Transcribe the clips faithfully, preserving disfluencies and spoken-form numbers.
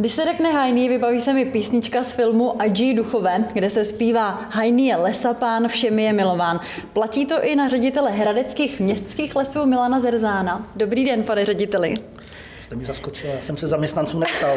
Když se řekne hajný, vybaví se mi písnička z filmu Adží Duchové, kde se zpívá Hajný je lesapán, všemi je milován. Platí to i na ředitele hradeckých městských lesů Milana Zerzána. Dobrý den, pane řediteli. Jste mi zaskočila, já jsem se zaměstnanců neptal.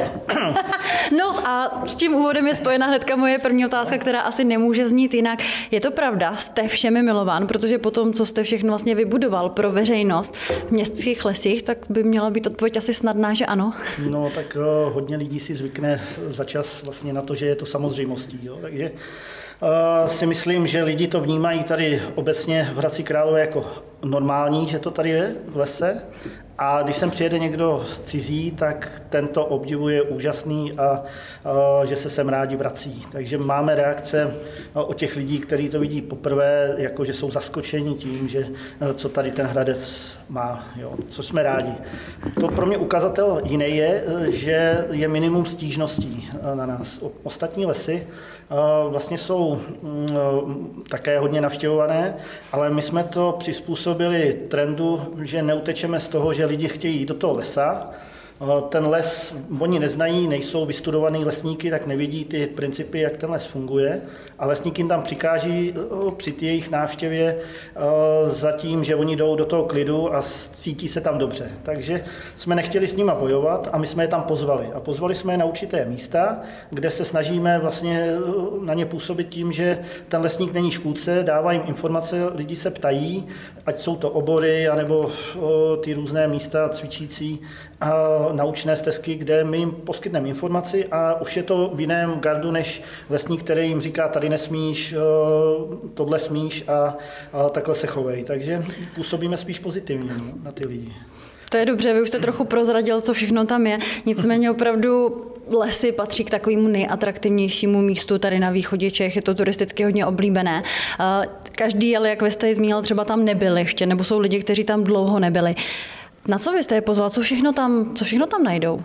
No a s tím úvodem je spojena hnedka moje první otázka, která asi nemůže znít jinak. Je to pravda, jste všemi milován, protože po tom, co jste všechno vlastně vybudoval pro veřejnost v městských lesích, tak by měla být odpověď asi snadná, že ano? No tak uh, hodně lidí si zvykne za čas vlastně na to, že je to samozřejmostí. Jo? Takže uh, si myslím, že lidi to vnímají tady obecně v Hradci Králové jako normální, že to tady je v lese. A když sem přijede někdo cizí, tak tento obdivuje úžasný a, a že se sem rádi vrací. Takže máme reakce od těch lidí, kteří to vidí poprvé, jako že jsou zaskočeni tím, že co tady ten Hradec má, jo, co jsme rádi. To pro mě ukazatel jiný je, že je minimum stížností na nás. Ostatní lesy vlastně jsou také hodně navštěvované, ale my jsme to přizpůsobili trendu, že neutečeme z toho, že lidi chtějí jít do toho lesa. Ten les oni neznají, nejsou vystudovaný lesníky, tak nevidí ty principy, jak ten les funguje. A lesník jim tam přikáží při té jejich návštěvě za tím, že oni jdou do toho klidu a cítí se tam dobře. Takže jsme nechtěli s nima bojovat a my jsme je tam pozvali. A pozvali jsme je na určité místa, kde se snažíme vlastně na ně působit tím, že ten lesník není škůdce, dává jim informace, lidi se ptají, ať jsou to obory, anebo ty různé místa cvičící, a naučné stezky, kde my jim poskytneme informaci a už je to v jiném gardu než lesník, který jim říká, tady nesmíš, tohle smíš a, a takhle se chovej. Takže působíme spíš pozitivně no, na ty lidi. To je dobře, vy už jste trochu prozradil, co všechno tam je. Nicméně opravdu lesy patří k takovému nejatraktivnějšímu místu tady na východě Čech. Je to turisticky hodně oblíbené. Každý, ale jak vy jste zmínil, třeba tam nebyli ještě, nebo jsou lidi, kteří tam dlouho nebyli. Na co vy jste je pozval? Co všechno tam, co všechno tam najdou?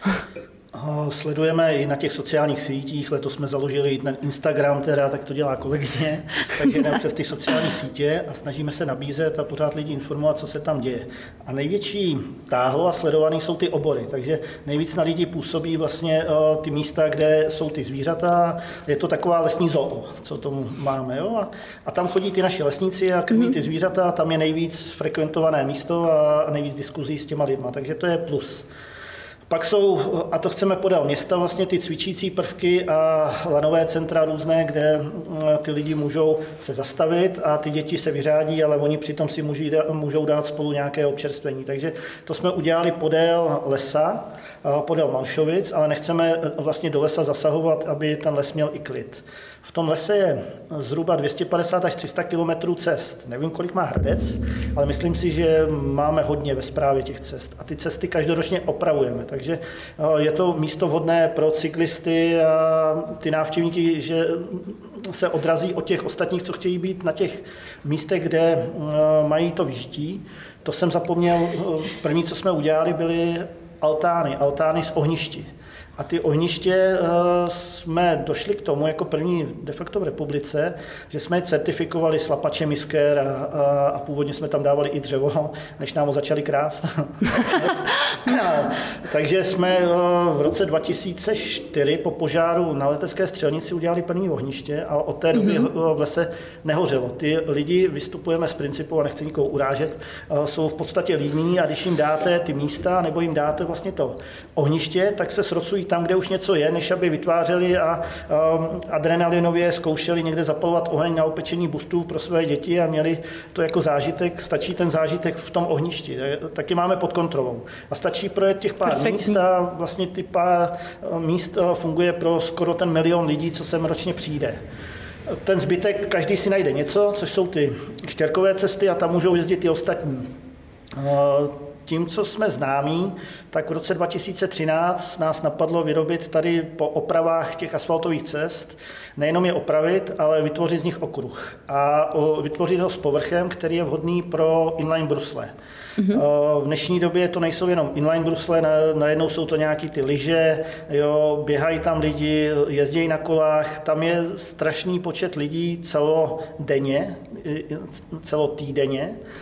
Sledujeme i na těch sociálních sítích, letos jsme založili i ten Instagram, teda, tak to dělá kolegyně, takže jdeme přes ty sociální sítě a snažíme se nabízet a pořád lidi informovat, co se tam děje. A největší táhlo a sledovaný jsou ty obory, takže nejvíc na lidi působí vlastně uh, ty místa, kde jsou ty zvířata, je to taková lesní zoo, co tomu máme. Jo? A, a tam chodí ty naši lesníci a krmí ty zvířata, tam je nejvíc frekventované místo a nejvíc diskuzí s těma lidma, takže to je plus. Pak jsou, a to chceme podél města, vlastně ty cvičící prvky a lanové centra různé, kde ty lidi můžou se zastavit a ty děti se vyřádí, ale oni přitom si můžou dát spolu nějaké občerstvení. Takže to jsme udělali podél lesa, podél Malšovic, ale nechceme vlastně do lesa zasahovat, aby ten les měl i klid. V tom lese je zhruba dvě stě padesát až tři sta kilometrů cest. Nevím, kolik má Hradec, ale myslím si, že máme hodně ve správě těch cest. A ty cesty každoročně opravujeme, takže je to místo vhodné pro cyklisty a ty návštěvníky, že se odrazí od těch ostatních, co chtějí být na těch místech, kde mají to vyžití. To jsem zapomněl, první, co jsme udělali, byly altány, altány z ohništi. A ty ohniště jsme došli k tomu jako první de facto v republice, že jsme je certifikovali s lapačem Isker a, a, a původně jsme tam dávali i dřevo, než nám ho začali krást. Takže jsme v roce dva tisíce čtyři po požáru na letecké střelnici udělali první ohniště a od té doby v lese nehořelo. Ty lidi, vystupujeme z principu, a nechci nikoho urážet, jsou v podstatě líní a když jim dáte ty místa nebo jim dáte vlastně to ohniště, tak se srocují tam, kde už něco je, než aby vytvářeli a um, adrenalinově zkoušeli někde zapalovat oheň na opečení buštů pro své děti a měli to jako zážitek. Stačí ten zážitek v tom ohništi. Taky máme pod kontrolou. A stačí projet těch pár Perfektní. míst a vlastně ty pár míst funguje pro skoro ten milion lidí, co sem ročně přijde. Ten zbytek, každý si najde něco, což jsou ty štěrkové cesty a tam můžou jezdit i ostatní. Tím, co jsme známí, tak v roce dva tisíce třináct nás napadlo vyrobit tady po opravách těch asfaltových cest, nejenom je opravit, ale vytvořit z nich okruh a vytvořit ho s povrchem, který je vhodný pro inline brusle. Mm-hmm. V dnešní době to nejsou jenom inline brusle, najednou jsou to nějaký ty lyže, jo, běhají tam lidi, jezdí na kolách, tam je strašný počet lidí celodenně, celotýdenně.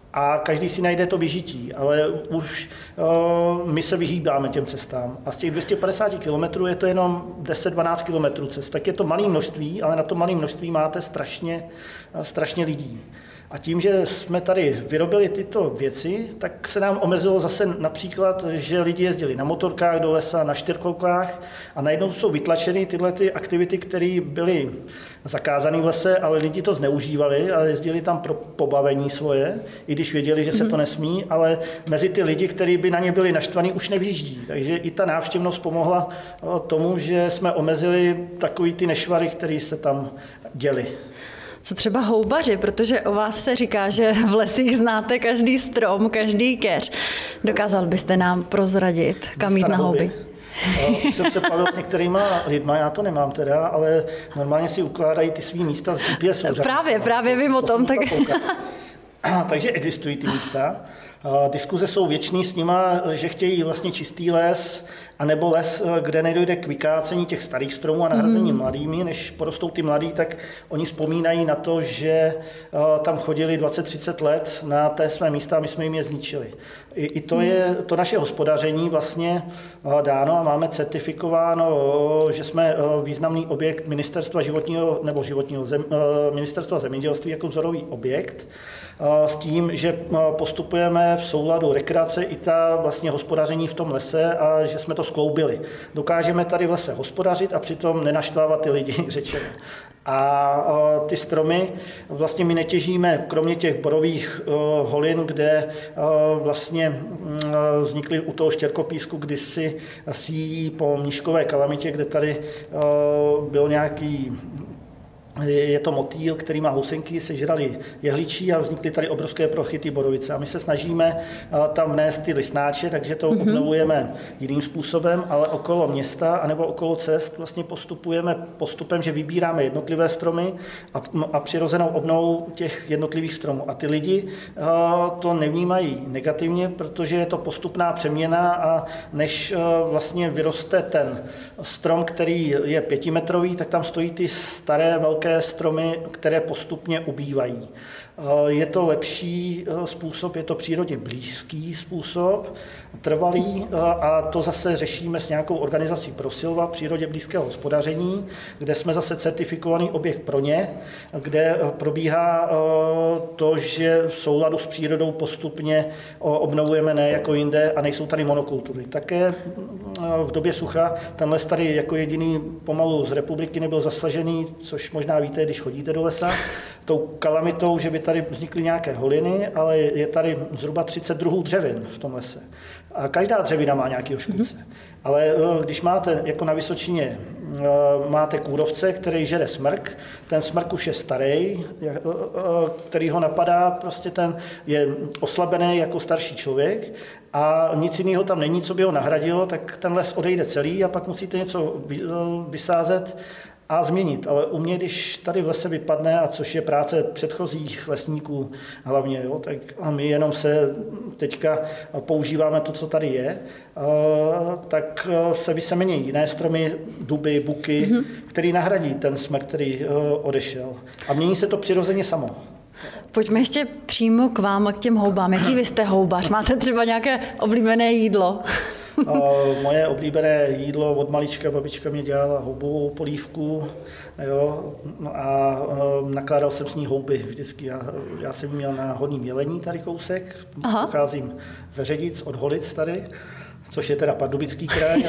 a každý si najde to vyžití, ale už uh, my se vyhýbáme těm cestám. A z těch dvě stě padesát kilometrů je to jenom deset dvanáct kilometrů cest. Tak je to malé množství, ale na to malé množství máte strašně, strašně lidí. A tím, že jsme tady vyrobili tyto věci, tak se nám omezilo zase například, že lidi jezdili na motorkách do lesa, na čtyřkolkách a najednou jsou vytlačeny tyhle ty aktivity, které byly zakázané v lese, ale lidi to zneužívali a jezdili tam pro pobavení svoje, i když věděli, že se to nesmí, ale mezi ty lidi, kteří by na ně byli naštvaní, už nevjíždí. Takže i ta návštěvnost pomohla tomu, že jsme omezili takový ty nešvary, které se tam děly. Co třeba houbaři, protože o vás se říká, že v lesích znáte každý strom, každý keř. Dokázal byste nám prozradit, kam jít na houby? Už jsem se bavil s některýma lidma, já to nemám teda, ale normálně si ukládají ty svý místa z G P S. Právě, právě vím o tom. Tak... Takže existují ty místa. Diskuze jsou věčný s nima, že chtějí vlastně čistý les, anebo les, kde nedojde k vykácení těch starých stromů a nahrazení mm. mladými. Než porostou ty mladý, tak oni vzpomínají na to, že tam chodili dvacet třicet let na té své místa a my jsme jim je zničili. I, i to je to naše hospodaření vlastně dáno a máme certifikováno, že jsme významný objekt ministerstva životního nebo životního zem, ministerstva zemědělství jako vzorový objekt, s tím, že postupujeme v souladu rekreace i ta vlastně hospodaření v tom lese a že jsme to skloubili. Dokážeme tady v lese hospodařit a přitom nenaštvávat ty lidi řečeno. A ty stromy vlastně my netěžíme, kromě těch borových holin, kde vlastně vznikly u toho štěrkopísku kdysi síjí po mníškové kalamitě, kde tady byl nějaký je to motýl, který má housenky, sežrali jehličí a vznikly tady obrovské prochy, ty borovice. A my se snažíme tam vnést ty listnáče, takže to mm-hmm. obnovujeme jiným způsobem, ale okolo města anebo okolo cest vlastně postupujeme postupem, že vybíráme jednotlivé stromy a, a přirozenou obnovou těch jednotlivých stromů. A ty lidi to nevnímají negativně, protože je to postupná přeměna a než vlastně vyroste ten strom, který je pětimetrový, tak tam stojí ty staré velké stromy, které postupně ubývají. Je to lepší způsob, je to přírodě blízký způsob, trvalý a to zase řešíme s nějakou organizací Prosilva, přírodě blízkého hospodaření, kde jsme zase certifikovaný objekt pro ně, kde probíhá to, že v souladu s přírodou postupně obnovujeme ne jako jinde a nejsou tady monokultury. Také v době sucha ten les tady jako jediný pomalu z republiky nebyl zasažený, což možná víte, když chodíte do lesa, tou kalamitou, že by tady vznikly nějaké holiny, ale je tady zhruba třicet druhů dřevin v tom lese. A každá dřevina má nějakého škůdce. Mm-hmm. Ale když máte, jako na Vysočině, máte kůrovce, který žere smrk, ten smrk už je starý, který ho napadá, prostě ten je oslabený jako starší člověk a nic jiného tam není, co by ho nahradilo, tak ten les odejde celý a pak musíte něco vysázet a změnit. Ale u mě, když tady v lese vypadne, a což je práce předchozích lesníků hlavně, jo, tak my jenom se teďka používáme to, co tady je, tak se vysemení jiné stromy, duby, buky, mm-hmm. který nahradí ten smrk, který odešel. A mění se to přirozeně samo. Pojďme ještě přímo k vám a k těm houbám. Jaký vy jste houbař? Máte třeba nějaké oblíbené jídlo? Moje oblíbené jídlo od malička, babička mě dělala houbovou polívku, jo, a nakládal jsem s ní houby vždycky. Já, já jsem měl na Horním Jelení tady kousek, Aha. pocházím ze Ředic, od Holic tady, což je teda Pardubický kraj.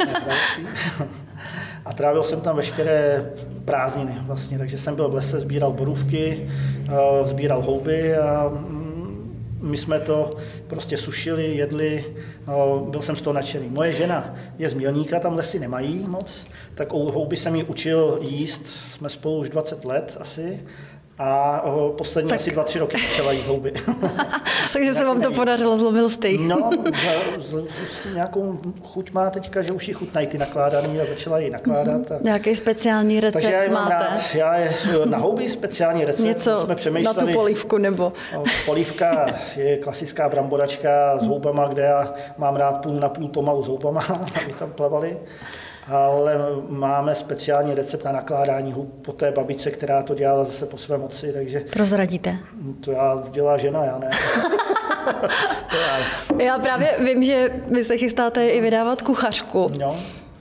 A trávil jsem tam veškeré prázdniny vlastně, takže jsem byl v lese, sbíral borůvky, sbíral houby a my jsme to prostě sušili, jedli, byl jsem z toho nadšený. Moje žena je z Mělníka, tam lesy nemají moc, tak houby jsem ji učil jíst, jsme spolu už dvacet let asi. A poslední tak. asi dva, tři roky začala jíst houby. Takže se vám to podařilo, zlomil jste jich. No, z, z, z, nějakou chuť má teďka, že už ji chutnají ty nakládaný a začala ji nakládat. A... Nějaký speciální recept Takže já je máte? Rád. Já je na houby speciální recept. Něco jsme na tu polívku nebo? Polívka je klasická bramboračka s houbama, kde já mám rád půl na půl pomalu s houbama, aby tam plavali. Ale máme speciální recept na nakládání hub po té babičce, která to dělala zase po své moci, takže... Prozradíte? To já dělá žena, já ne. Já právě vím, že vy se chystáte i vydávat kuchařku. No.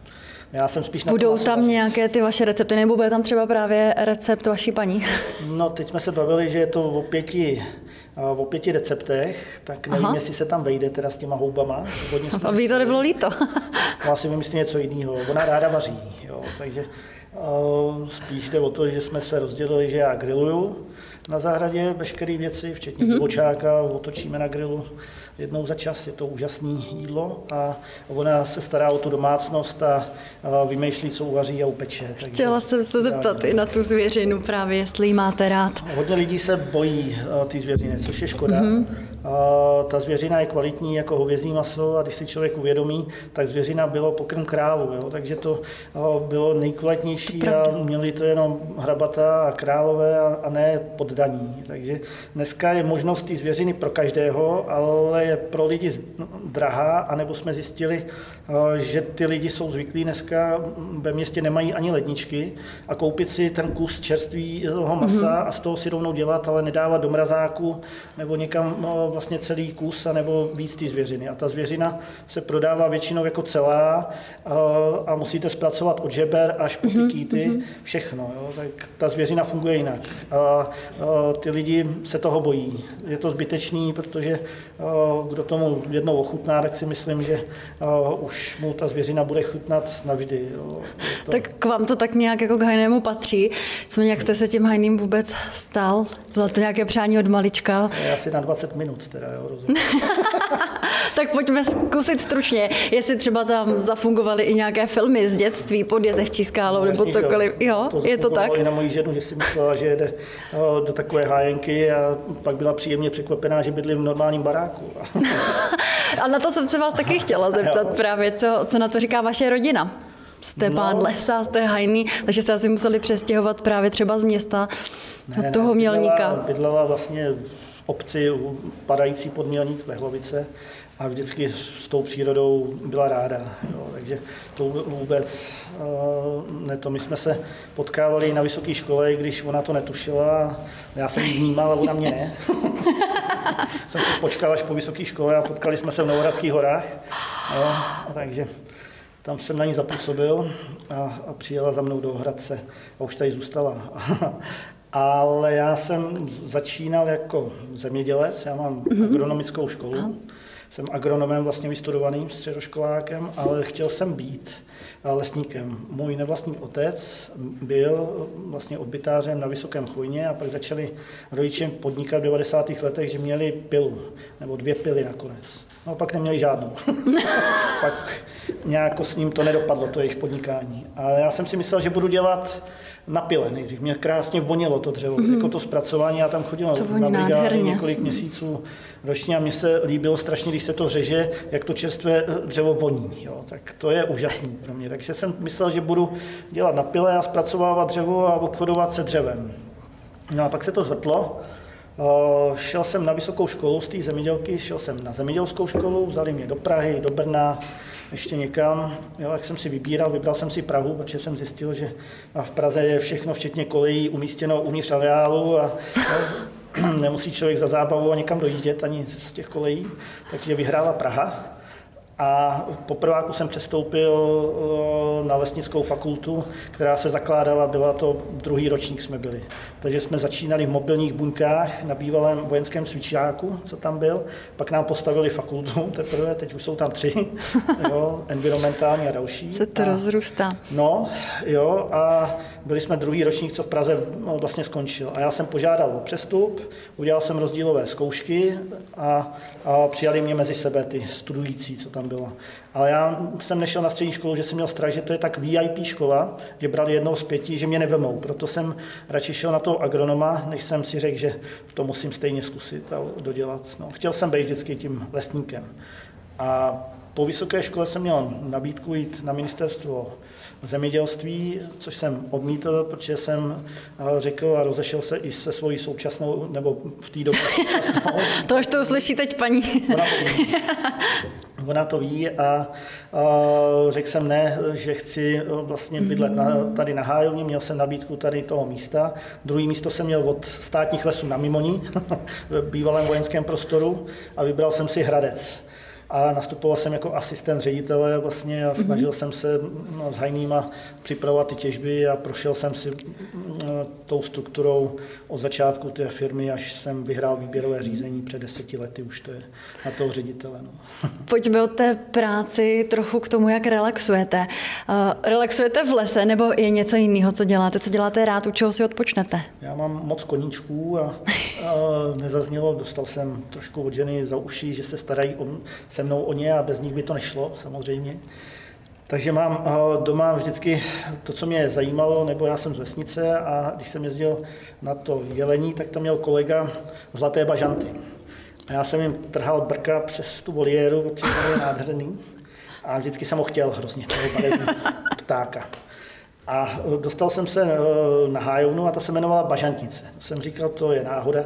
Já jsem spíš na Budou tam nějaké ty vaše recepty, nebo bude tam třeba právě recept vaší paní? No, teď jsme se bavili, že je to o pěti, o pěti receptech, tak nevím, Aha. jestli se tam vejde teda s těma houbama. Aby to nebylo líto. Já si vymyslím něco jiného. Ona ráda vaří, jo, takže uh, spíš jde o to, že jsme se rozdělili, že já grilluju na zahradě veškeré věci, včetně mm-hmm. divočáka, otočíme na grilu jednou za čas, je to úžasné jídlo a ona se stará o tu domácnost a, a vymýšlí, co uvaří a upeče. Chtěla jsem se zeptat i na tu zvěřinu právě, jestli ji máte rád. Hodně lidí se bojí ty zvěřiny, což je škoda. Mm-hmm. A ta zvěřina je kvalitní jako hovězí maso a když si člověk uvědomí, tak zvěřina bylo pokrm králu, jo? Takže to bylo nejkvalitnější to a měli to jenom hrabata a králové a, a ne poddaní. Takže dneska je možnost té zvěřiny pro každého, ale je pro lidi drahá, anebo jsme zjistili, že ty lidi jsou zvyklí dneska, ve městě nemají ani ledničky a koupit si ten kus čerstvého masa mm-hmm. a z toho si rovnou dělat, ale nedávat do mrazáku nebo někam no, vlastně celý kus a nebo víc ty zvěřiny. A ta zvěřina se prodává většinou jako celá a, a musíte zpracovat od žeber až po ty kýty, mm-hmm. všechno. Jo? Tak ta zvěřina funguje jinak. A, a ty lidi se toho bojí. Je to zbytečný, protože a, kdo tomu jednou ochutná, tak si myslím, že a, už mu ta zvěřina bude chutnat navždy. Jo. To... Tak k vám to tak nějak jako k hajnému patří. Nicméně, jak jste se tím hajným vůbec stal? Bylo to nějaké přání od malička? Já asi na dvacet minut teda, jo, rozumím. Tak pojďme zkusit stručně, jestli třeba tam zafungovaly i nějaké filmy z dětství pod Jezevčí skálou, no, nebo cokoliv. Jo, to je to tak? I na moji ženu, že si myslela, že jede do takové hájenky a pak byla příjemně překvapená, že bydlí v normálním baráku. A na to jsem se vás taky chtěla zeptat právě, co, co na to říká vaše rodina. Jste pán no. lesa, jste hajný, takže jste asi museli přestěhovat právě třeba z města ne, do toho ne, Mělníka. Bydlela, bydlela vlastně v obci padající pod Mělník ve Hlavice a vždycky s tou přírodou byla ráda. Jo, takže to vůbec ne to. My jsme se potkávali na vysoké škole, když ona to netušila. Já jsem ji vnímal a ona mě ne. Jsem počkal až po vysoké škole a potkali jsme se v Novohradských horách. Jo, takže tam jsem na ní zapůsobil a, a přijela za mnou do Hradce a už tady zůstala. Ale já jsem začínal jako zemědělec, já mám mm-hmm. agronomickou školu, jsem agronomem vlastně vystudovaným středoškolákem, ale chtěl jsem být lesníkem. Můj nevlastní otec byl vlastně odbytářem na Vysokém Chvojně a pak začali rodiče podnikat v devadesátých letech, že měli pilu, nebo dvě pily nakonec. No pak neměli žádnou. Pak nějak s ním to nedopadlo, to jejich podnikání. A já jsem si myslel, že budu dělat na pile nejdřív. Mě krásně vonilo to dřevo, mm-hmm. jako to zpracování. Já tam chodil na brigádu několik měsíců ročně a mně se líbilo strašně, když se to řeže, jak to čerstvé dřevo voní. Jo. Tak to je úžasný pro mě. Takže jsem myslel, že budu dělat na pile a zpracovávat dřevo a obchodovat se dřevem. No a pak se to zvrtlo. Uh, šel jsem na vysokou školu z té zemědělky, šel jsem na zemědělskou školu, vzali mě do Prahy, do Brna, ještě někam. Jo, jak jsem si vybíral, vybral jsem si Prahu, protože jsem zjistil, že v Praze je všechno, včetně kolejí, umístěno uvnitř areálu a no, nemusí člověk za zábavu a někam dojíždět ani z těch kolejí, takže vyhrála Praha. A po prváku jsem přestoupil na lesnickou fakultu, která se zakládala, byla to druhý ročník jsme byli. Takže jsme začínali v mobilních buňkách na bývalém vojenském cvičáku, co tam byl. Pak nám postavili fakultu teprve, teď už jsou tam tři, jo, environmentální a další. Se to a, rozrůstá. No, jo, a byli jsme druhý ročník, co v Praze no, vlastně skončil. A já jsem požádal o přestup, udělal jsem rozdílové zkoušky a, a přijali mě mezi sebe ty studující, co tam bylo. Ale já jsem nešel na střední školu, že jsem měl strach, že to je tak V I P škola, že brali jednou z pěti, že mě nevemou. Proto jsem radši šel na toho agronoma, než jsem si řekl, že to musím stejně zkusit a dodělat. No, chtěl jsem být vždycky tím lesníkem. A po vysoké škole jsem měl nabídku jít na ministerstvo zemědělství, což jsem odmítl, protože jsem řekl a rozešel se i se svojí současnou, nebo v té době současnou. To už to uslyší teď paní. Ona, ona to ví a, a řekl jsem ne, že chci vlastně bydlet na, tady na Hájovně, měl jsem nabídku tady toho místa. Druhý místo jsem měl od státních lesů na Mimoní, v bývalém vojenském prostoru a vybral jsem si Hradec. A nastupoval jsem jako asistent ředitele vlastně a snažil mm-hmm. jsem se s hajnýma připravovat ty těžby a prošel jsem si tou strukturou od začátku té firmy, až jsem vyhrál výběrové řízení před deseti lety, už to je na toho ředitele. No. Pojďme od té práci trochu k tomu, jak relaxujete. Uh, relaxujete v lese nebo je něco jiného, co děláte? Co děláte rád, u čeho si odpočnete? Já mám moc koníčků a, a nezaznělo, dostal jsem trošku od ženy za uši, že se starají o se mnou o ně a bez nich by to nešlo, samozřejmě. Takže mám doma vždycky to, co mě zajímalo, nebo já jsem z vesnice a když jsem jezdil na to jelení, tak tam měl kolega zlaté bažanty. A já jsem jim trhal brka přes tu voliéru, protože to je nádherný. A vždycky jsem ho chtěl hrozně, toho barevného ptáka. A dostal jsem se na Hájovnu a ta se jmenovala Bažantnice. To jsem říkal, to je náhoda.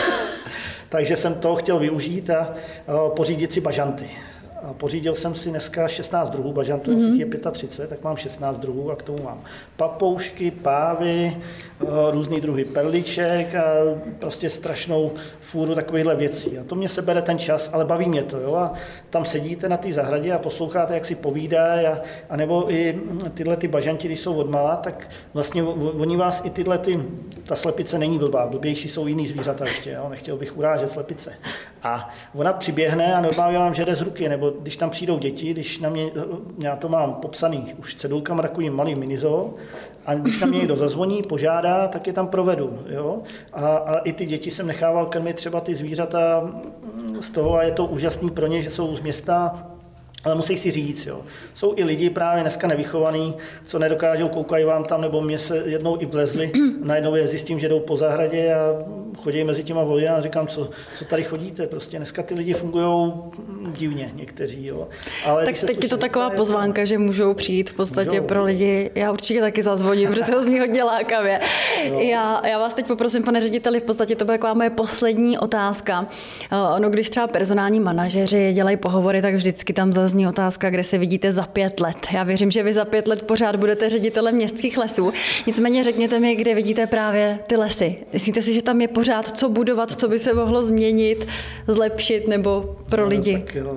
Takže jsem to chtěl využít a pořídit si bažanty. A pořídil jsem si dneska šestnáct druhů bažantů, mm-hmm. je třicet pět, tak mám šestnáct druhů a k tomu mám papoušky, pávy, různý druhy perliček a prostě strašnou fůru takovýchhle věcí. A to mě sebere ten čas, ale baví mě to. Jo? A tam sedíte na té zahradě a posloucháte, jak si povídají, a, a nebo i tyhle ty bažanti, když jsou odmala, tak vlastně oni vás i tyhle ty, ta slepice není blbá, blbější jsou jiný zvířata ještě, jo? Nechtěl bych urážet slepice. A ona přiběhne a normálně vám žere z ruky, nebo když tam přijdou děti, když na mě, já to mám popsaný už cedulkama takovým malým minizoo, a když na mě někdo zazvoní, požádá, tak je tam provedu. Jo? A, a i ty děti jsem nechával krmit třeba ty zvířata z toho a je to úžasný pro ně, že jsou z města, ale musí si říct, jo. Jsou i lidi právě dneska nevychovaný, co nedokážou, koukají vám tam, nebo mě se jednou i vlezli, najednou je zjistím, že jdou po zahradě a chodí mezi těma vody a říkám, co, co tady chodíte, prostě dneska ty lidi fungují divně, někteří, jo. Ale tak teď je to taková pozvánka, že můžou přijít v podstatě můžou. Pro lidi, já určitě taky zazvoním, protože to zní hodně lákavě. Já, já vás teď poprosím, pane řediteli, v podstatě to byla taková moje poslední otázka. Ono, když třeba personální manažeři dělají pohovory, tak vždycky tam zazní zní otázka, kde se vidíte za pět let. Já věřím, že vy za pět let pořád budete ředitelem městských lesů. Nicméně řekněte mi, kde vidíte právě ty lesy. Myslíte si, že tam je pořád co budovat, co by se mohlo změnit, zlepšit nebo pro lidi? No, tak, jo.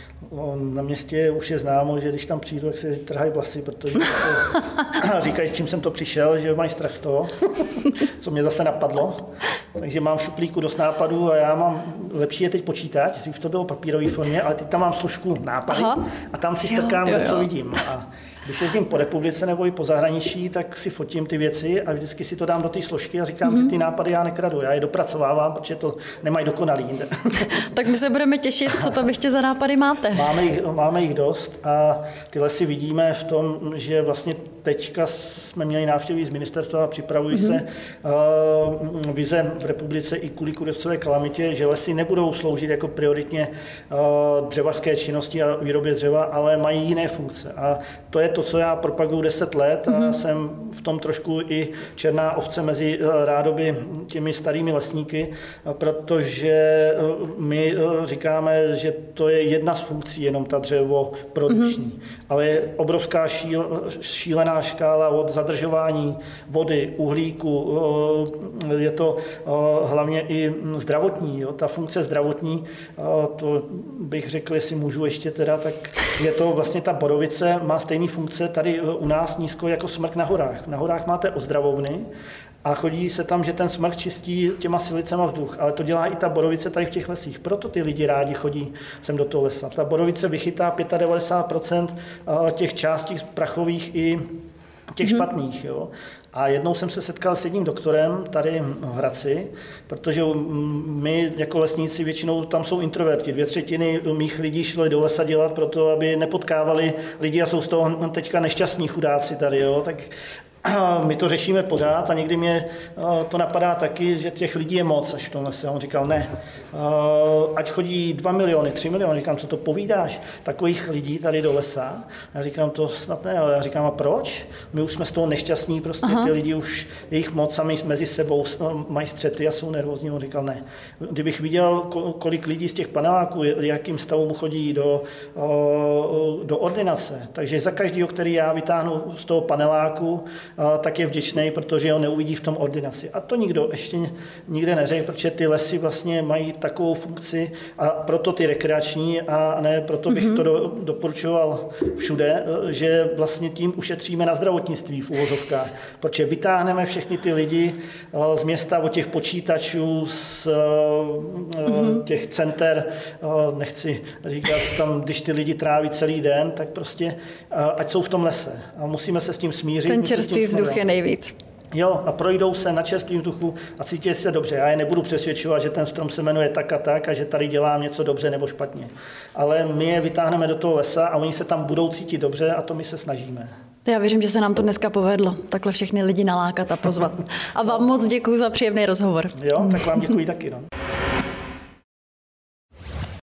Na městě už je známo, že když tam přijdu, jak se trhají vlasy, protože se říkají, s čím jsem to přišel, že mají strach z toho, co mě zase napadlo. Takže mám v šuplíku dost nápadů a já mám, lepší je teď počítač, dřív to bylo v papírové formě, ale teď tam mám složku nápady. Aha. A tam si strkám, jo, jo, jo. co vidím. A když jezdím po republice nebo i po zahraničí, tak si fotím ty věci a vždycky si to dám do té složky a říkám, mm-hmm. že ty nápady já nekradu, já je dopracovávám, protože to nemají dokonalý jinde. Tak my se budeme těšit, co tam ještě za nápady máte. Máme jich, máme jich dost a ty lesy vidíme v tom, že vlastně teďka jsme měli návštěvy z ministerstva a připravují mm-hmm. se uh, vize v republice i kvůli kůrovcové kalamitě, že lesy nebudou sloužit jako prioritně uh, dřevařské činnosti a výrobě dřeva, ale mají jiné funkce. A to je to, co já propaguju deset let a mm-hmm. jsem v tom trošku i černá ovce mezi rádoby těmi starými lesníky, protože my říkáme, že to je jedna z funkcí, jenom ta dřevo produkční, mm-hmm. ale je obrovská šíl, šílená škála od zadržování vody, uhlíku, je to hlavně i zdravotní, jo? Ta funkce zdravotní, to bych řekl, jestli můžu ještě teda, tak je to vlastně ta borovice, má stejný funkce tady u nás nízko jako smrk na horách. Na horách máte ozdravovny a chodí se tam, že ten smrk čistí těma silicema vzduch, ale to dělá i ta borovice tady v těch lesích. Proto ty lidi rádi chodí sem do toho lesa. Ta borovice vychytá devadesát pět procent těch částí prachových i těch mm-hmm. špatných. Jo. A jednou jsem se setkal s jedním doktorem tady v Hradci, protože my jako lesníci většinou tam jsou introverti. Dvě třetiny mých lidí šly do lesa dělat proto, aby nepotkávali lidi a jsou z toho teďka nešťastní chudáci tady. Jo. Tak my to řešíme pořád a někdy mě to napadá taky, že těch lidí je moc až v tom lese. On říkal, ne, ať chodí dva miliony, tři miliony. Říkám, co to povídáš? Takových lidí tady do lesa. Já říkám, to snad ne, ale já říkám, a proč? My už jsme z toho nešťastní prostě, ty lidi už, jejich moc sami mezi sebou mají střety a jsou nervózní. On říkal, ne. Kdybych viděl, kolik lidí z těch paneláků, jakým stavu mu chodí do, do ordinace, takže za každého, který já vytáhnu z toho paneláku, tak je vděčný, protože ho neuvidí v tom ordinaci. A to nikdo ještě nikde neřekl, protože ty lesy vlastně mají takovou funkci a proto ty rekreační a ne proto bych mm-hmm. to do, doporučoval všude, že vlastně tím ušetříme na zdravotnictví v uvozovkách, protože vytáhneme všechny ty lidi z města od těch počítačů, z mm-hmm. těch center, nechci říkat tam, když ty lidi tráví celý den, tak prostě ať jsou v tom lese a musíme se s tím smířit. Ten čerstvý vzduch je nejvíc. Jo, a projdou se na čerstvém vzduchu a cítí se dobře. Já je nebudu přesvědčovat, že ten strom se jmenuje tak a tak a že tady dělám něco dobře nebo špatně. Ale my je vytáhneme do toho lesa a oni se tam budou cítit dobře a to my se snažíme. Já věřím, že se nám to dneska povedlo, takhle všechny lidi nalákat a pozvat. A vám moc děkuji za příjemný rozhovor. Jo, tak vám děkuji taky. No.